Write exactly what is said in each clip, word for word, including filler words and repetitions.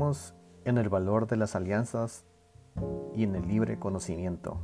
Creemos en el valor de las alianzas y en el libre conocimiento.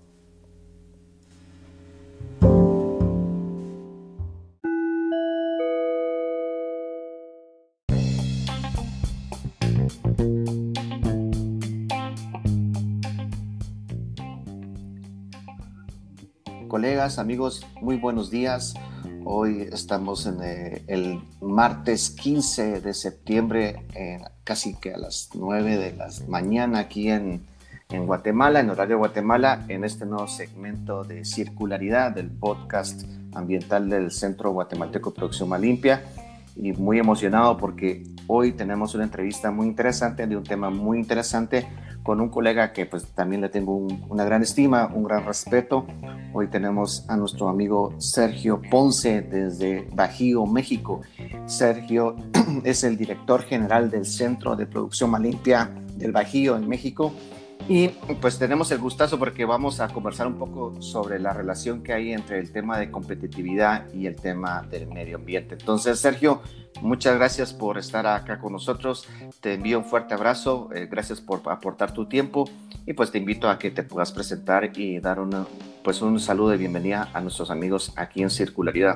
Colegas, amigos, muy buenos días. Hoy estamos en eh, el martes quince de septiembre, eh, casi que a las nueve de la mañana aquí en, en Guatemala, en horario de Guatemala, en este nuevo segmento de circularidad del podcast ambiental del Centro Guatemalteco de Producción Más Limpia. Y muy emocionado porque hoy tenemos una entrevista muy interesante de un tema muy interesante con un colega que pues también le tengo un, una gran estima, un gran respeto. Hoy tenemos a nuestro amigo Sergio Ponce desde Bajío, México. Sergio es el director general del Centro de Producción Más Limpia del Bajío en México. Y pues tenemos el gustazo porque vamos a conversar un poco sobre la relación que hay entre el tema de competitividad y el tema del medio ambiente. Entonces, Sergio, muchas gracias por estar acá con nosotros. Te envío un fuerte abrazo. Eh, gracias por aportar tu tiempo. Y pues te invito a que te puedas presentar y dar una, pues un saludo de bienvenida a nuestros amigos aquí en Circularidad.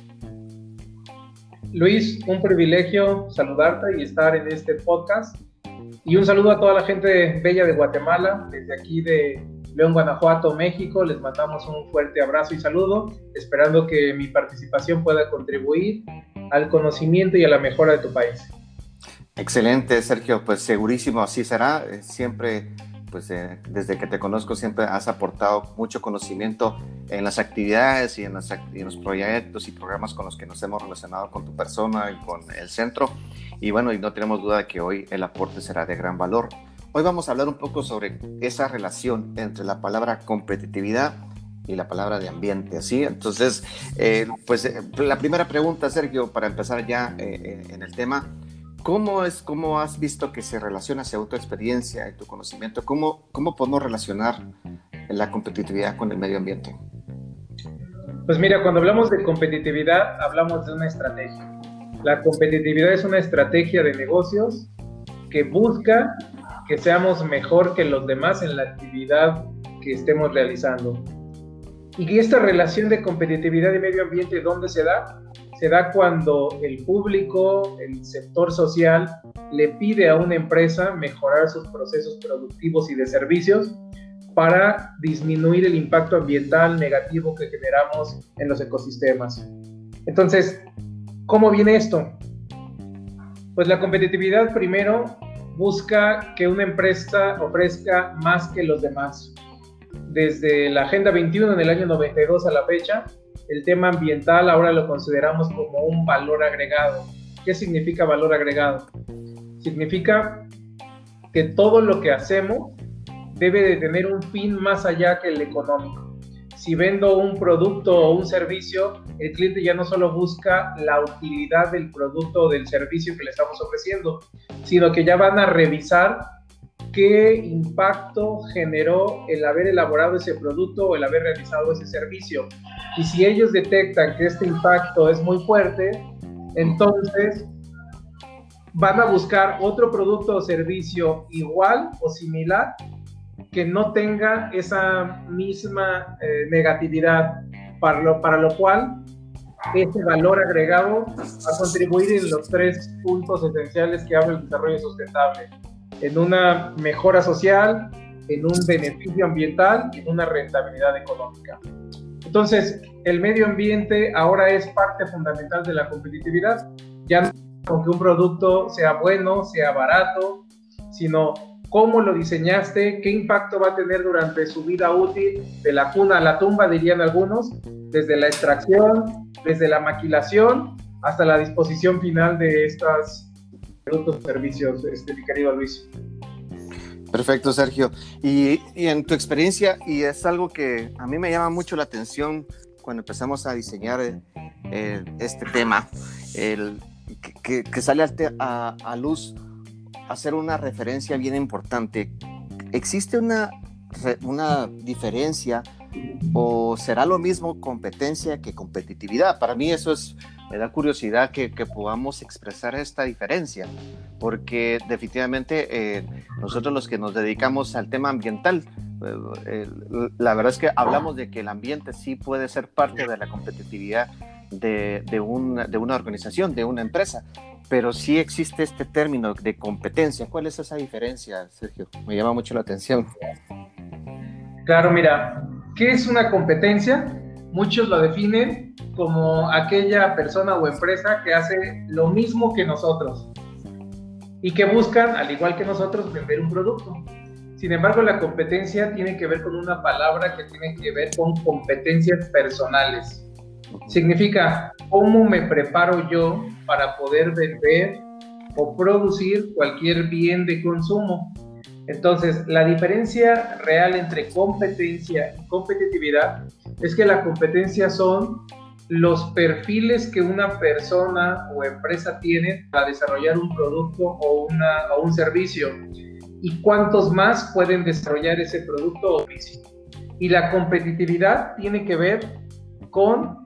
Luis, un privilegio saludarte y estar en este podcast. Y un saludo a toda la gente bella de Guatemala, desde aquí de León, Guanajuato, México. Les mandamos un fuerte abrazo y saludo, esperando que mi participación pueda contribuir al conocimiento y a la mejora de tu país. Excelente, Sergio, pues segurísimo así será. Siempre, pues eh, desde que te conozco, siempre has aportado mucho conocimiento en las actividades y en, las, en los proyectos y programas con los que nos hemos relacionado con tu persona y con el centro. Y bueno, y no tenemos duda de que hoy el aporte será de gran valor. Hoy vamos a hablar un poco sobre esa relación entre la palabra competitividad y la palabra de ambiente, ¿sí? Entonces, eh, pues eh, la primera pregunta, Sergio, para empezar ya eh, en el tema, ¿cómo es, cómo has visto que se relaciona según tu experiencia y tu conocimiento? ¿Cómo, cómo podemos relacionar la competitividad con el medio ambiente? Pues mira, cuando hablamos de competitividad, hablamos de una estrategia. La competitividad es una estrategia de negocios que busca que seamos mejor que los demás en la actividad que estemos realizando. Y esta relación de competitividad y medio ambiente, ¿dónde se da? Se da cuando el público, el sector social, le pide a una empresa mejorar sus procesos productivos y de servicios para disminuir el impacto ambiental negativo que generamos en los ecosistemas. Entonces, ¿cómo viene esto? Pues la competitividad primero busca que una empresa ofrezca más que los demás. Desde la Agenda veintiuno en el año noventa y dos a la fecha, el tema ambiental ahora lo consideramos como un valor agregado. ¿Qué significa valor agregado? Significa que todo lo que hacemos debe de tener un fin más allá que el económico. Si vendo un producto o un servicio, el cliente ya no solo busca la utilidad del producto o del servicio que le estamos ofreciendo, sino que ya van a revisar qué impacto generó el haber elaborado ese producto o el haber realizado ese servicio. Y si ellos detectan que este impacto es muy fuerte, entonces van a buscar otro producto o servicio igual o similar que no tenga esa misma eh, negatividad, para lo, para lo cual ese valor agregado va a contribuir en los tres puntos esenciales que habla el desarrollo sustentable: en una mejora social, en un beneficio ambiental y en una rentabilidad económica. Entonces, el medio ambiente ahora es parte fundamental de la competitividad, ya no con que un producto sea bueno, sea barato, sino cómo lo diseñaste, qué impacto va a tener durante su vida útil, de la cuna a la tumba, dirían algunos, desde la extracción, desde la maquilación, hasta la disposición final de estos productos y servicios, este, mi querido Luis. Perfecto, Sergio. Y, y en tu experiencia, y es algo que a mí me llama mucho la atención cuando empezamos a diseñar eh, este tema, el, que, que sale a, a luz hacer una referencia bien importante. ¿Existe una, una diferencia o será lo mismo competencia que competitividad? Para mí eso es me da curiosidad que, que podamos expresar esta diferencia, porque definitivamente eh, nosotros los que nos dedicamos al tema ambiental, eh, eh, la verdad es que hablamos de que el ambiente sí puede ser parte de la competitividad de, de, un, de una organización, de una empresa, pero sí existe este término de competencia. ¿Cuál es esa diferencia, Sergio? Me llama mucho la atención. Claro, mira, ¿qué es una competencia? Muchos lo definen como aquella persona o empresa que hace lo mismo que nosotros y que buscan, al igual que nosotros, vender un producto. Sin embargo, la competencia tiene que ver con una palabra que tiene que ver con competencias personales. Significa cómo me preparo yo para poder vender o producir cualquier bien de consumo. Entonces, la diferencia real entre competencia y competitividad es que la competencia son los perfiles que una persona o empresa tiene para desarrollar un producto o, una, o un servicio, y cuántos más pueden desarrollar ese producto o servicio. Y la competitividad tiene que ver con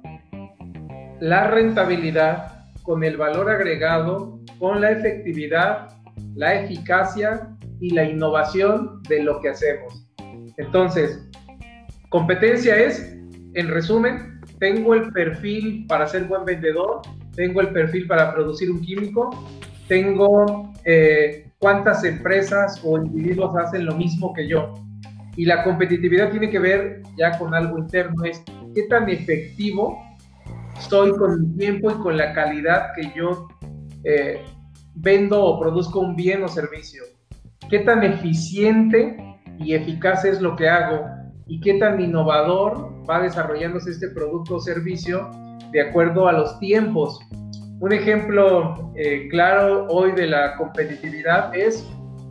la rentabilidad, con el valor agregado, con la efectividad, la eficacia y la innovación de lo que hacemos. Entonces, competencia es, en resumen, tengo el perfil para ser buen vendedor, tengo el perfil para producir un químico, tengo eh, cuántas empresas o individuos hacen lo mismo que yo. Y la competitividad tiene que ver ya con algo interno, es qué tan efectivo soy con mi tiempo y con la calidad que yo eh, vendo o produzco un bien o servicio. Qué tan eficiente y eficaz es lo que hago y qué tan innovador va desarrollándose este producto o servicio de acuerdo a los tiempos. Un ejemplo eh, claro hoy de la competitividad es: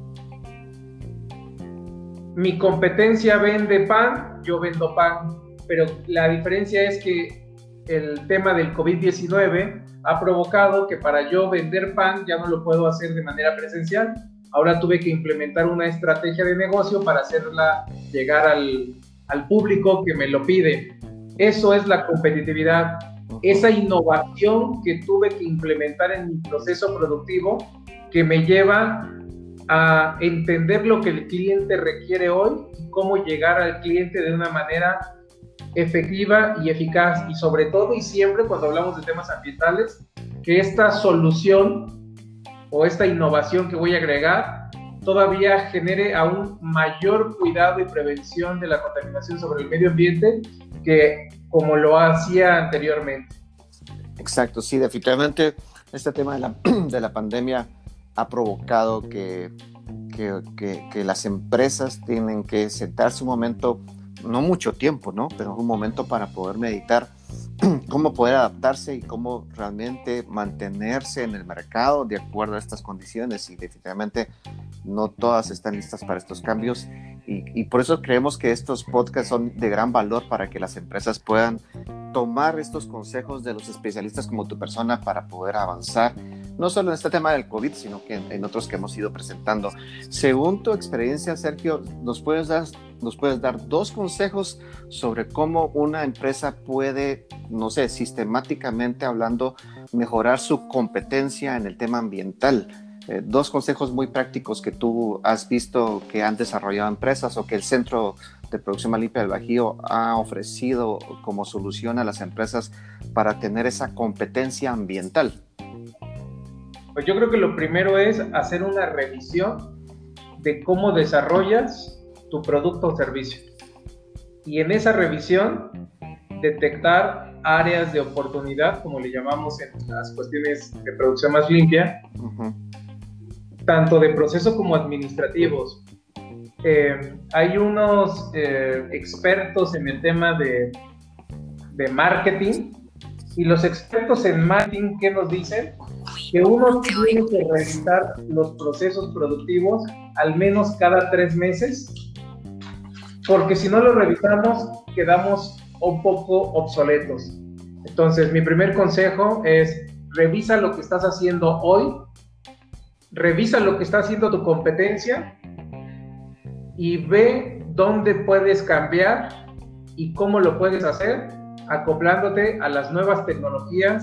mi competencia vende pan, yo vendo pan, pero la diferencia es que el tema del COVID diecinueve ha provocado que para yo vender pan ya no lo puedo hacer de manera presencial. Ahora tuve que implementar una estrategia de negocio para hacerla llegar al, al público que me lo pide. Eso es la competitividad, esa innovación que tuve que implementar en mi proceso productivo, que me lleva a entender lo que el cliente requiere hoy y cómo llegar al cliente de una manera efectiva y eficaz, y sobre todo y siempre cuando hablamos de temas ambientales, que esta solución o esta innovación que voy a agregar todavía genere aún mayor cuidado y prevención de la contaminación sobre el medio ambiente que como lo hacía anteriormente. Exacto, sí, definitivamente este tema de la, de la pandemia ha provocado que, que, que, que las empresas tienen que sentarse un momento, no mucho tiempo, ¿no? Pero un momento para poder meditar cómo poder adaptarse y cómo realmente mantenerse en el mercado de acuerdo a estas condiciones, y definitivamente no todas están listas para estos cambios, y, y por eso creemos que estos podcasts son de gran valor para que las empresas puedan tomar estos consejos de los especialistas como tu persona para poder avanzar, no solo en este tema del COVID, sino que en, en otros que hemos ido presentando. Según tu experiencia, Sergio, ¿nos puedes dar, nos puedes dar dos consejos sobre cómo una empresa puede, no sé, sistemáticamente hablando, mejorar su competencia en el tema ambiental? Eh, dos consejos muy prácticos que tú has visto que han desarrollado empresas o que el Centro de Producción Limpia del Bajío ha ofrecido como solución a las empresas para tener esa competencia ambiental. Pues yo creo que lo primero es hacer una revisión de cómo desarrollas tu producto o servicio. Y en esa revisión, detectar áreas de oportunidad, como le llamamos en las cuestiones de producción más limpia, uh-huh. tanto de proceso como administrativos. Eh, hay unos eh, expertos en el tema de, de marketing, y los expertos en marketing, ¿qué nos dicen? Que uno tiene que revisar los procesos productivos al menos cada tres meses, porque si no lo revisamos quedamos un poco obsoletos. Entonces, mi primer consejo es: revisa lo que estás haciendo hoy, revisa lo que está haciendo tu competencia y ve dónde puedes cambiar y cómo lo puedes hacer, acoplándote a las nuevas tecnologías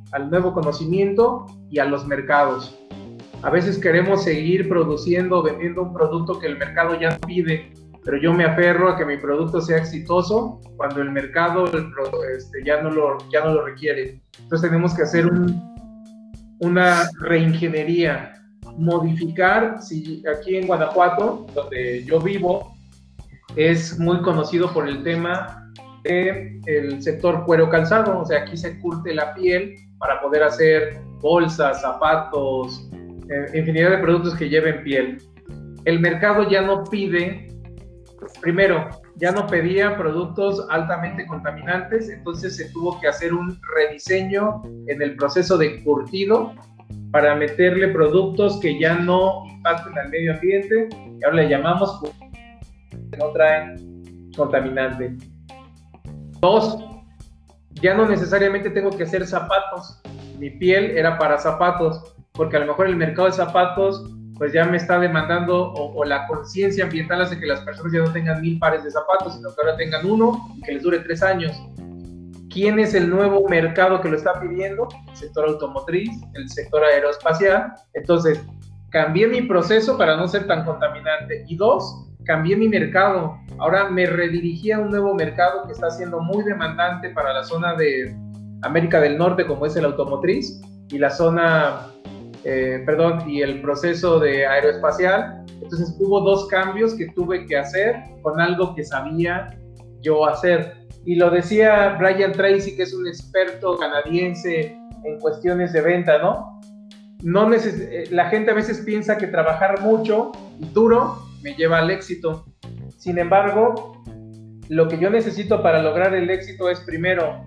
al nuevo conocimiento y a los mercados. A veces queremos seguir produciendo, vendiendo un producto que el mercado ya pide, pero yo me aferro a que mi producto sea exitoso cuando el mercado el, este, ya, no lo, ya no lo requiere. Entonces tenemos que hacer un, una reingeniería, modificar. Si aquí en Guanajuato, donde yo vivo, es muy conocido por el tema del sector cuero calzado, o sea, aquí se curte la piel para poder hacer bolsas, zapatos, eh, infinidad de productos que lleven piel. El mercado ya no pide, primero, ya no pedía productos altamente contaminantes, entonces se tuvo que hacer un rediseño en el proceso de curtido para meterle productos que ya no impacten al medio ambiente, y ahora le llamamos que no traen contaminante. Dos, ya no necesariamente tengo que hacer zapatos. Mi piel era para zapatos, porque a lo mejor el mercado de zapatos pues ya me está demandando, o, o la conciencia ambiental hace que las personas ya no tengan mil pares de zapatos, sino que ahora tengan uno y que les dure tres años. ¿Quién es el nuevo mercado que lo está pidiendo? El sector automotriz, el sector aeroespacial. Entonces, cambié mi proceso para no ser tan contaminante. Y dos, cambié mi mercado. Ahora me redirigí a un nuevo mercado que está siendo muy demandante para la zona de América del Norte, como es el automotriz, y la zona, eh, perdón, y el proceso de aeroespacial. Entonces hubo dos cambios que tuve que hacer con algo que sabía yo hacer. Y lo decía Brian Tracy, que es un experto canadiense en cuestiones de venta, ¿no? No neces- la gente a veces piensa que trabajar mucho y duro me lleva al éxito. Sin embargo, lo que yo necesito para lograr el éxito es, primero,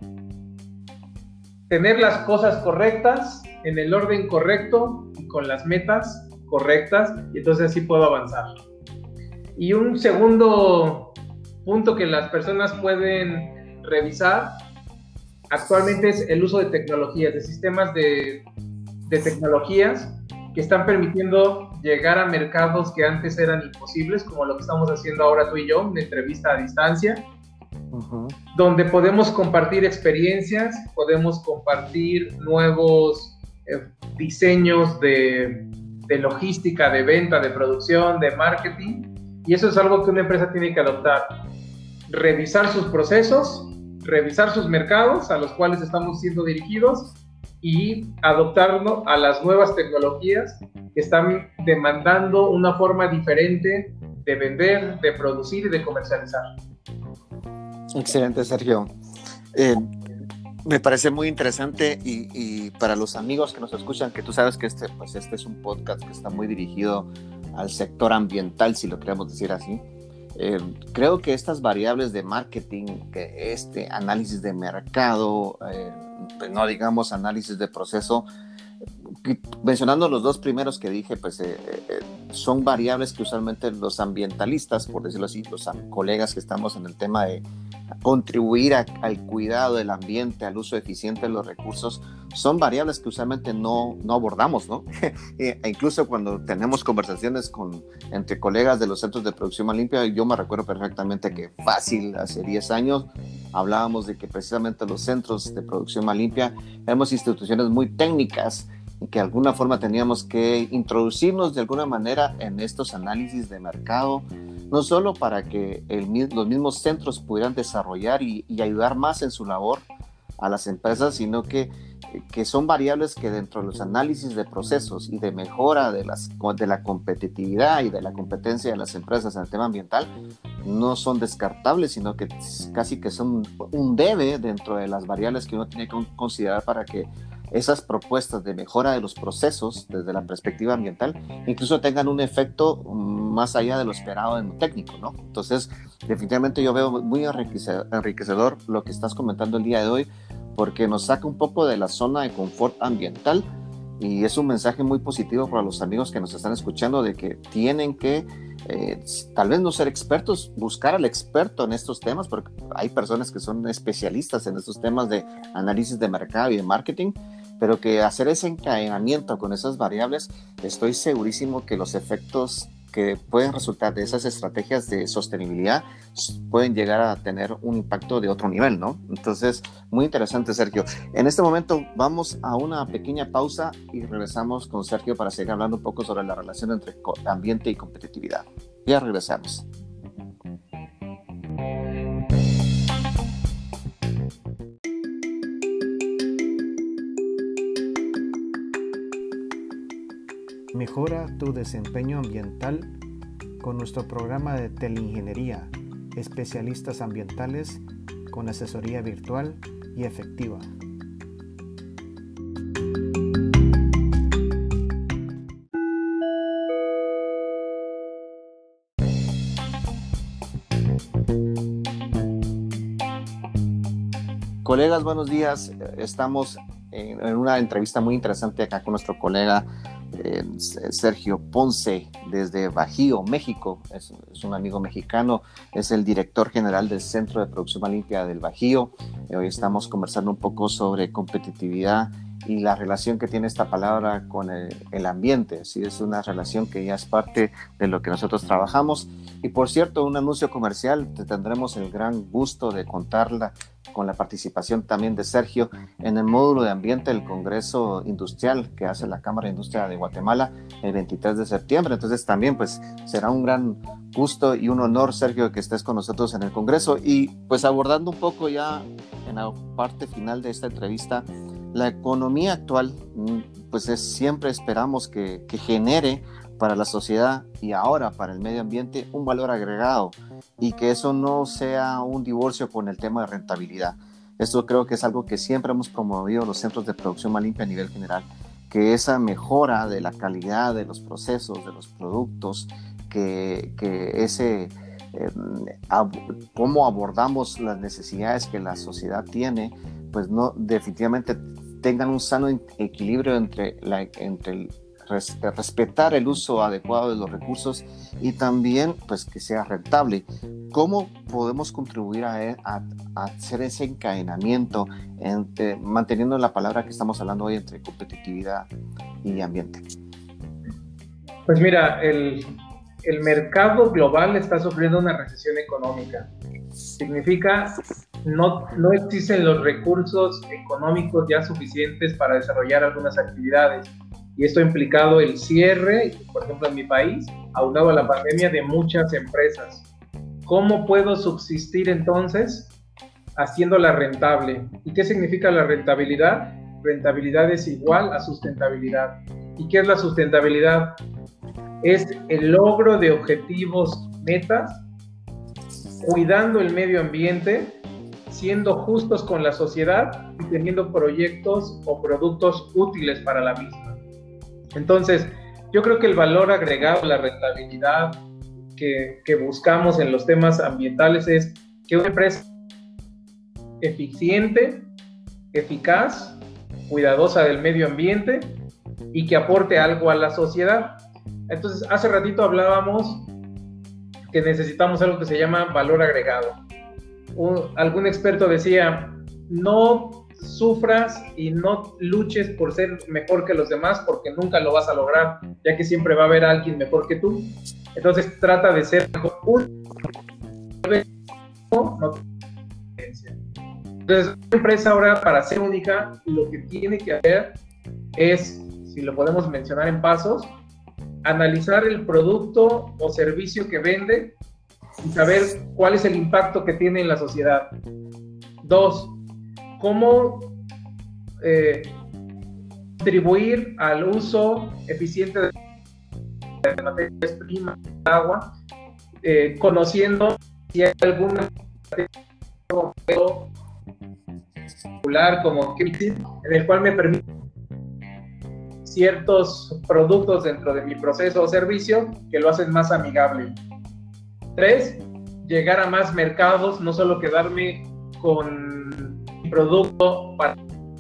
tener las cosas correctas, en el orden correcto y con las metas correctas, y entonces así puedo avanzar. Y un segundo punto que las personas pueden revisar actualmente es el uso de tecnologías, de sistemas de, de tecnologías que están permitiendo llegar a mercados que antes eran imposibles, como lo que estamos haciendo ahora tú y yo, una entrevista a distancia, uh-huh. donde podemos compartir experiencias, podemos compartir nuevos eh, diseños de, de logística, de venta, de producción, de marketing, y eso es algo que una empresa tiene que adoptar. Revisar sus procesos, revisar sus mercados a los cuales estamos siendo dirigidos y adoptarnos a las nuevas tecnologías que están demandando una forma diferente de vender, de producir y de comercializar. Excelente, Sergio. Eh, me parece muy interesante y, y para los amigos que nos escuchan, que tú sabes que este, pues este es un podcast que está muy dirigido al sector ambiental, si lo queremos decir así. Eh, creo que estas variables de marketing, que este análisis de mercado, eh, pues no digamos análisis de proceso, mencionando los dos primeros que dije, pues eh, eh, son variables que usualmente los ambientalistas, por decirlo así, los colegas que estamos en el tema de contribuir a, al cuidado del ambiente, al uso eficiente de los recursos, son variables que usualmente no, no abordamos, ¿no? E incluso cuando tenemos conversaciones con, entre colegas de los centros de producción más limpia, yo me recuerdo perfectamente que fácil, hace diez años, hablábamos de que precisamente los centros de producción más limpia éramos instituciones muy técnicas y que de alguna forma teníamos que introducirnos de alguna manera en estos análisis de mercado, no solo para que el, los mismos centros pudieran desarrollar y, y ayudar más en su labor a las empresas, sino que, que son variables que dentro de los análisis de procesos y de mejora de, las, de la competitividad y de la competencia de las empresas en el tema ambiental no son descartables, sino que casi que son un debe dentro de las variables que uno tiene que considerar para que esas propuestas de mejora de los procesos desde la perspectiva ambiental incluso tengan un efecto más allá de lo esperado en lo técnico, ¿no? Entonces, definitivamente yo veo muy enriquecedor lo que estás comentando el día de hoy, porque nos saca un poco de la zona de confort ambiental y es un mensaje muy positivo para los amigos que nos están escuchando de que tienen que eh, tal vez no ser expertos, buscar al experto en estos temas, porque hay personas que son especialistas en estos temas de análisis de mercado y de marketing, pero que hacer ese encadenamiento con esas variables, estoy segurísimo que los efectos que pueden resultar de esas estrategias de sostenibilidad pueden llegar a tener un impacto de otro nivel, ¿no? Entonces, muy interesante, Sergio. En este momento vamos a una pequeña pausa y regresamos con Sergio para seguir hablando un poco sobre la relación entre ambiente y competitividad. Ya regresamos. Mejora tu desempeño ambiental con nuestro programa de teleingeniería, especialistas ambientales con asesoría virtual y efectiva. Colegas, buenos días. Estamos en una entrevista muy interesante acá con nuestro colega eh, Sergio Ponce desde Bajío, México. Es, es un amigo mexicano, es el director general del Centro de Producción Limpia del Bajío. Eh, hoy estamos conversando un poco sobre competitividad y la relación que tiene esta palabra con el, el ambiente. Sí, es una relación que ya es parte de lo que nosotros trabajamos. Y por cierto, un anuncio comercial, te tendremos el gran gusto de contarla con la participación también de Sergio en el módulo de ambiente del Congreso Industrial que hace la Cámara de Industria de Guatemala el veintitrés de septiembre. Entonces también pues será un gran gusto y un honor, Sergio, que estés con nosotros en el Congreso. Y pues abordando un poco ya en la parte final de esta entrevista, la economía actual, pues es, siempre esperamos que, que genere para la sociedad y ahora para el medio ambiente un valor agregado y que eso no sea un divorcio con el tema de rentabilidad. Esto creo que es algo que siempre hemos promovido los centros de producción más limpia a nivel general, que esa mejora de la calidad de los procesos, de los productos, que, que ese eh, ab, cómo abordamos las necesidades que la sociedad tiene, pues no definitivamente tengan un sano equilibrio entre, la, entre el res, respetar el uso adecuado de los recursos y también pues que sea rentable. ¿Cómo podemos contribuir a, a, a hacer ese encadenamiento entre, manteniendo la palabra que estamos hablando hoy entre competitividad y ambiente? Pues mira, el, el mercado global está sufriendo una recesión económica. Significa no, no existen los recursos económicos ya suficientes para desarrollar algunas actividades. Y esto ha implicado el cierre, por ejemplo, en mi país, aunado a la pandemia, de muchas empresas. ¿Cómo puedo subsistir entonces haciéndola rentable? ¿Y qué significa la rentabilidad? Rentabilidad es igual a sustentabilidad. ¿Y qué es la sustentabilidad? Es el logro de objetivos, metas, cuidando el medio ambiente, siendo justos con la sociedad y teniendo proyectos o productos útiles para la misma. Entonces, yo creo que el valor agregado, la rentabilidad que, que buscamos en los temas ambientales es que una empresa eficiente, eficaz, cuidadosa del medio ambiente y que aporte algo a la sociedad. Entonces, hace ratito hablábamos que necesitamos algo que se llama valor agregado. Un, algún experto decía, no sufras y no luches por ser mejor que los demás porque nunca lo vas a lograr, ya que siempre va a haber alguien mejor que tú. Entonces trata de ser mejor. Entonces una empresa ahora, para ser única, lo que tiene que hacer es, si lo podemos mencionar en pasos, analizar el producto o servicio que vende y saber cuál es el impacto que tiene en la sociedad. Dos, cómo eh, contribuir al uso eficiente de materias primas, de agua, eh, conociendo si hay alguna popular como crisis en el cual me permite ciertos productos dentro de mi proceso o servicio que lo hacen más amigable. Tres, llegar a más mercados, no solo quedarme con mi producto, para,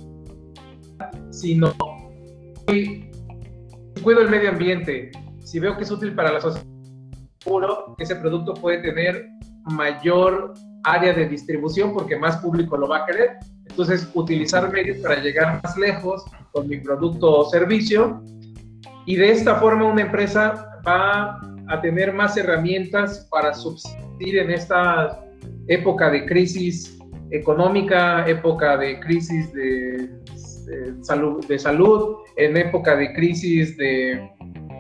sino si cuido el medio ambiente, si veo que es útil para la sociedad, seguro que ese producto puede tener mayor área de distribución porque más público lo va a querer. Entonces, utilizar medios para llegar más lejos con mi producto o servicio, y de esta forma una empresa va a tener más herramientas para subsistir en esta época de crisis económica, época de crisis de, de, salud, de salud, en época de crisis de,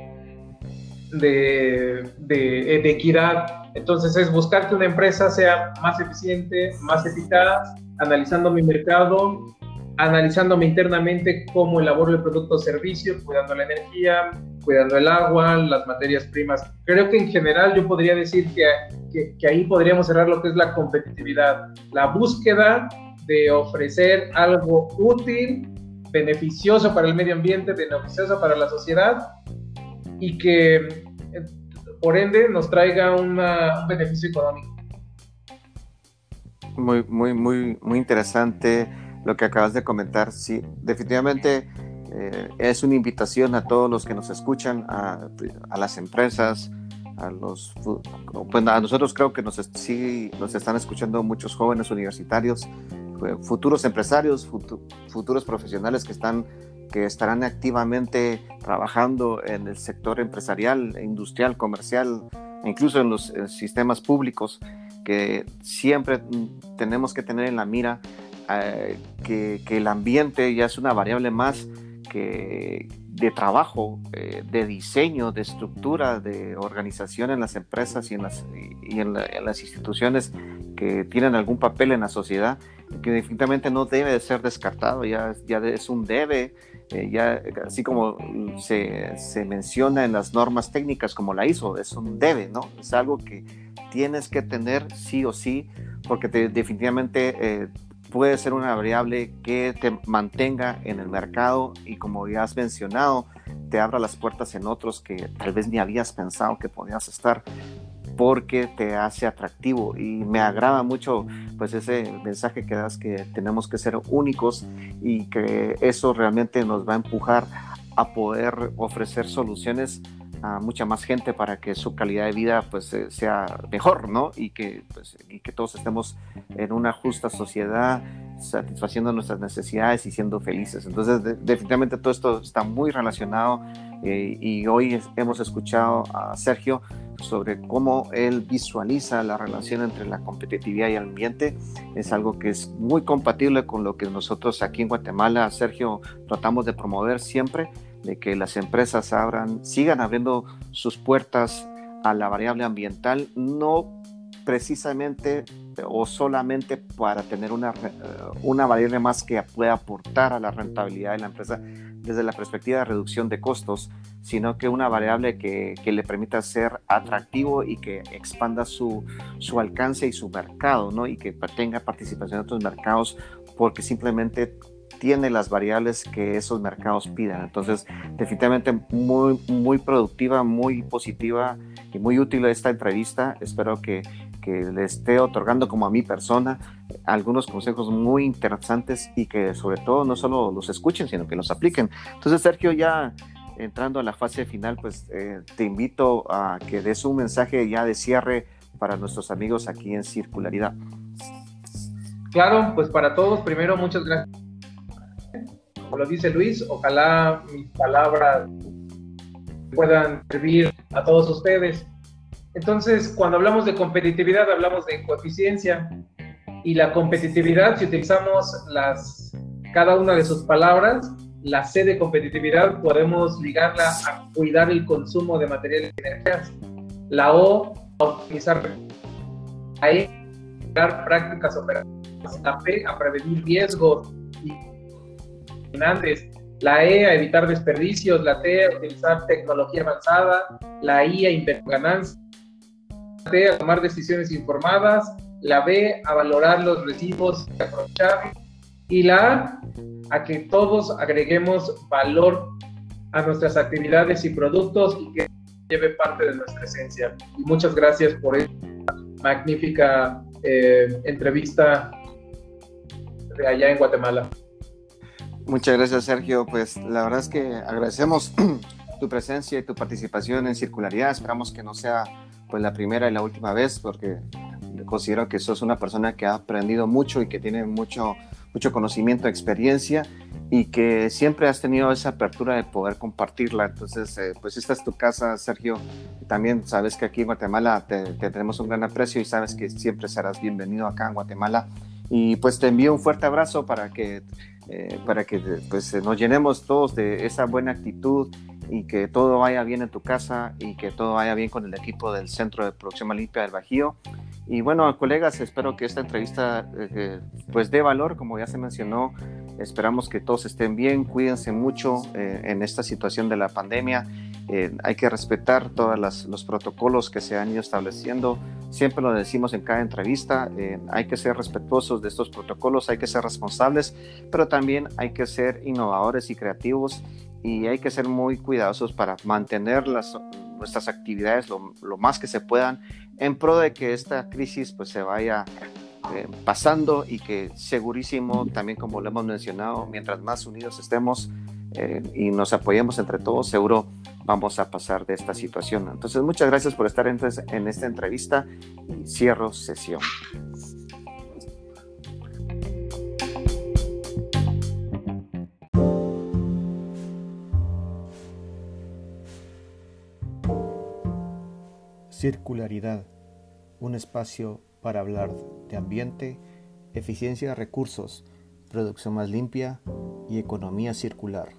de, de, de equidad. Entonces es buscar que una empresa sea más eficiente, más eficaz, analizando mi mercado, analizándome internamente cómo elaboro el producto o servicio, cuidando la energía, cuidando el agua, las materias primas. Creo que en general yo podría decir que, que, que ahí podríamos cerrar lo que es la competitividad, la búsqueda de ofrecer algo útil, beneficioso para el medio ambiente, beneficioso para la sociedad y que por ende nos traiga una, un beneficio económico. Muy, muy, muy, muy interesante lo que acabas de comentar. Sí, definitivamente eh, es una invitación a todos los que nos escuchan, a, a las empresas, a los, pues a nosotros creo que nos, sí, nos están escuchando muchos jóvenes universitarios, futuros empresarios, futu, futuros profesionales que están que estarán activamente trabajando en el sector empresarial, industrial, comercial, incluso en los en sistemas públicos, que siempre tenemos que tener en la mira eh, que, que el ambiente ya es una variable más que de trabajo, eh, de diseño, de estructura, de organización en las empresas y en las, y en, la, en las instituciones que tienen algún papel en la sociedad, que definitivamente no debe de ser descartado, ya, ya es un debe, eh, ya, así como se, se menciona en las normas técnicas como la I S O, es un debe, ¿no? Es algo que tienes que tener sí o sí, porque te, definitivamente eh, puede ser una variable que te mantenga en el mercado y, como ya has mencionado, te abra las puertas en otros que tal vez ni habías pensado que podías estar, porque te hace atractivo. Y me agrada mucho pues ese mensaje que das, que tenemos que ser únicos y que eso realmente nos va a empujar a poder ofrecer soluciones a mucha más gente para que su calidad de vida pues sea mejor, ¿no? Y que, pues, y que todos estemos en una justa sociedad, satisfaciendo nuestras necesidades y siendo felices. Entonces, de, definitivamente todo esto está muy relacionado, eh, y hoy es, hemos escuchado a Sergio sobre cómo él visualiza la relación entre la competitividad y el ambiente. Es algo que es muy compatible con lo que nosotros aquí en Guatemala, Sergio, tratamos de promover siempre, de que las empresas abran, sigan abriendo sus puertas a la variable ambiental, no precisamente o solamente para tener una, una variable más que pueda aportar a la rentabilidad de la empresa desde la perspectiva de reducción de costos, sino que una variable que, que le permita ser atractivo y que expanda su, su alcance y su mercado, ¿no? Y que tenga participación en otros mercados, porque simplemente tiene las variables que esos mercados pidan. Entonces, definitivamente muy, muy productiva, muy positiva y muy útil esta entrevista. Espero que, que le esté otorgando, como a mi persona, algunos consejos muy interesantes y que sobre todo no solo los escuchen, sino que los apliquen. Entonces, Sergio, ya entrando a la fase final, pues eh, te invito a que des un mensaje ya de cierre para nuestros amigos aquí en Circularidad. Claro, pues para todos, primero, muchas gracias. Como lo dice Luis, ojalá mis palabras puedan servir a todos ustedes. Entonces, cuando hablamos de competitividad, hablamos de coeficiencia, y la competitividad, si utilizamos las, cada una de sus palabras, la C de competitividad, podemos ligarla a cuidar el consumo de materiales y energías. La O, a optimizar. La E, a crear prácticas operativas. La P, a prevenir riesgos y la E, a evitar desperdicios. La T, a utilizar tecnología avanzada. La I, a invertir ganancias. La T, a tomar decisiones informadas. La B, a valorar los residuos y aprovechar. Y la A, a que todos agreguemos valor a nuestras actividades y productos y que lleve parte de nuestra esencia. Y muchas gracias por esta magnífica eh, entrevista de allá en Guatemala. Muchas gracias, Sergio. Pues la verdad es que agradecemos tu presencia y tu participación en Circularidad. Esperamos que no sea pues la primera y la última vez, porque considero que sos una persona que ha aprendido mucho y que tiene mucho, mucho conocimiento, experiencia, y que siempre has tenido esa apertura de poder compartirla. Entonces, eh, pues esta es tu casa, Sergio. También sabes que aquí en Guatemala te, te tenemos un gran aprecio y sabes que siempre serás bienvenido acá en Guatemala. Y pues te envío un fuerte abrazo para que, eh, para que pues, nos llenemos todos de esa buena actitud y que todo vaya bien en tu casa y que todo vaya bien con el equipo del Centro de Producción Más Limpia del Bajío. Y bueno, colegas, espero que esta entrevista eh, pues dé valor, como ya se mencionó. Esperamos que todos estén bien, cuídense mucho eh, en esta situación de la pandemia. Eh, hay que respetar todos los protocolos que se han ido estableciendo. Siempre lo decimos en cada entrevista, eh, hay que ser respetuosos de estos protocolos, hay que ser responsables, pero también hay que ser innovadores y creativos y hay que ser muy cuidadosos para mantener las, nuestras actividades lo, lo más que se puedan en pro de que esta crisis pues se vaya eh, pasando y que segurísimo, también como lo hemos mencionado, mientras más unidos estemos eh, y nos apoyemos entre todos, seguro vamos a pasar de esta situación. Entonces, muchas gracias por estar en, en esta entrevista y cierro sesión. Circularidad, un espacio para hablar de ambiente, eficiencia de recursos, producción más limpia y economía circular.